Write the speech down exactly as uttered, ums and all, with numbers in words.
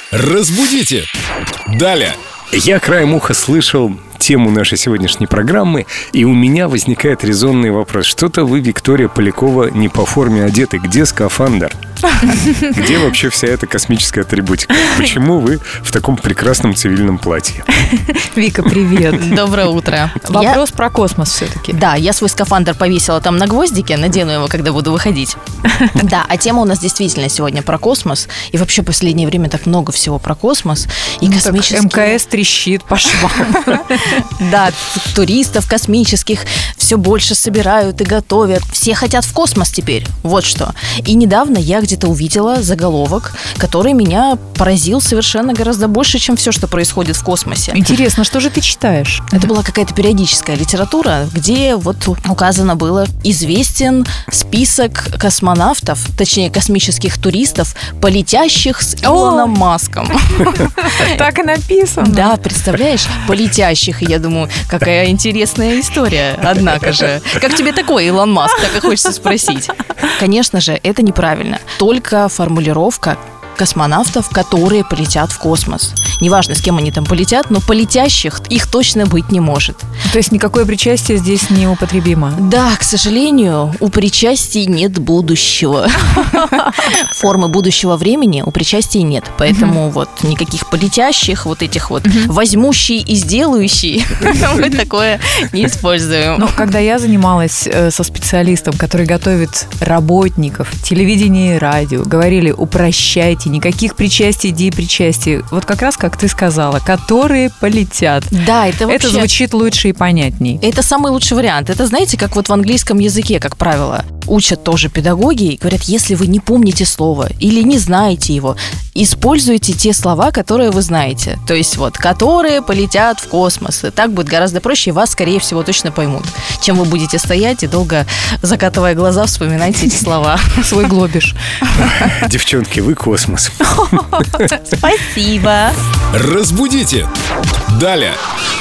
Разбудите! Далее! Я краем уха слышал тему нашей сегодняшней программы, и у меня возникает резонный вопрос. Что-то вы, Виктория Полякова, не по форме одеты. Где скафандр? Где вообще вся эта космическая атрибутика? Почему вы в таком прекрасном цивильном платье? Вика, привет. Доброе утро. Вопрос про космос все-таки. Да, я свой скафандр повесила там на гвоздике, надену его, когда буду выходить. Да, а тема у нас действительно сегодня про космос. И вообще в последнее время так много всего про космос. И Ну, космические... так МКС трещит по швам. Да, туристов космических все больше собирают и готовят. Все хотят в космос теперь. Вот что. И недавно я где-то увидела заголовок, который меня поразил совершенно гораздо больше, чем все, что происходит в космосе. Интересно, что же ты читаешь? Это была какая-то периодическая литература, где вот указано было: известен список космонавтов, точнее космических туристов, полетящих с Илоном Маском. Так и написано. Да, представляешь, полетящих. И я думаю, какая интересная история. Однако же, как тебе такой Илон Маск? Так и хочется спросить. Конечно же, это неправильно. Только формулировка космонавтов, которые полетят в космос. Неважно, с кем они там полетят, но полетящих их точно быть не может. То есть никакое причастие здесь не употребимо? Да, к сожалению, у причастий нет будущего. Формы будущего времени у причастий нет. Поэтому вот никаких полетящих, вот этих вот возьмущий и сделающий, мы такое не используем. Ну, когда я занималась э, со специалистом, который готовит работников телевидения и радио, говорили: упрощайте, никаких причастий, депричастий. Вот как раз, как ты сказала, которые полетят. Да, это вообще... Это звучит лучше и понятней. Это самый лучший вариант. Это, знаете, как вот в английском языке, как правило, учат тоже педагоги и говорят: если вы не помните слово или не знаете его, используйте те слова, которые вы знаете. То есть вот, которые полетят в космос. И так будет гораздо проще, и вас, скорее всего, точно поймут, чем вы будете стоять и долго, закатывая глаза, вспоминать эти слова. Свой глобиш. Девчонки, вы космос. Спасибо. Разбудите! Далее!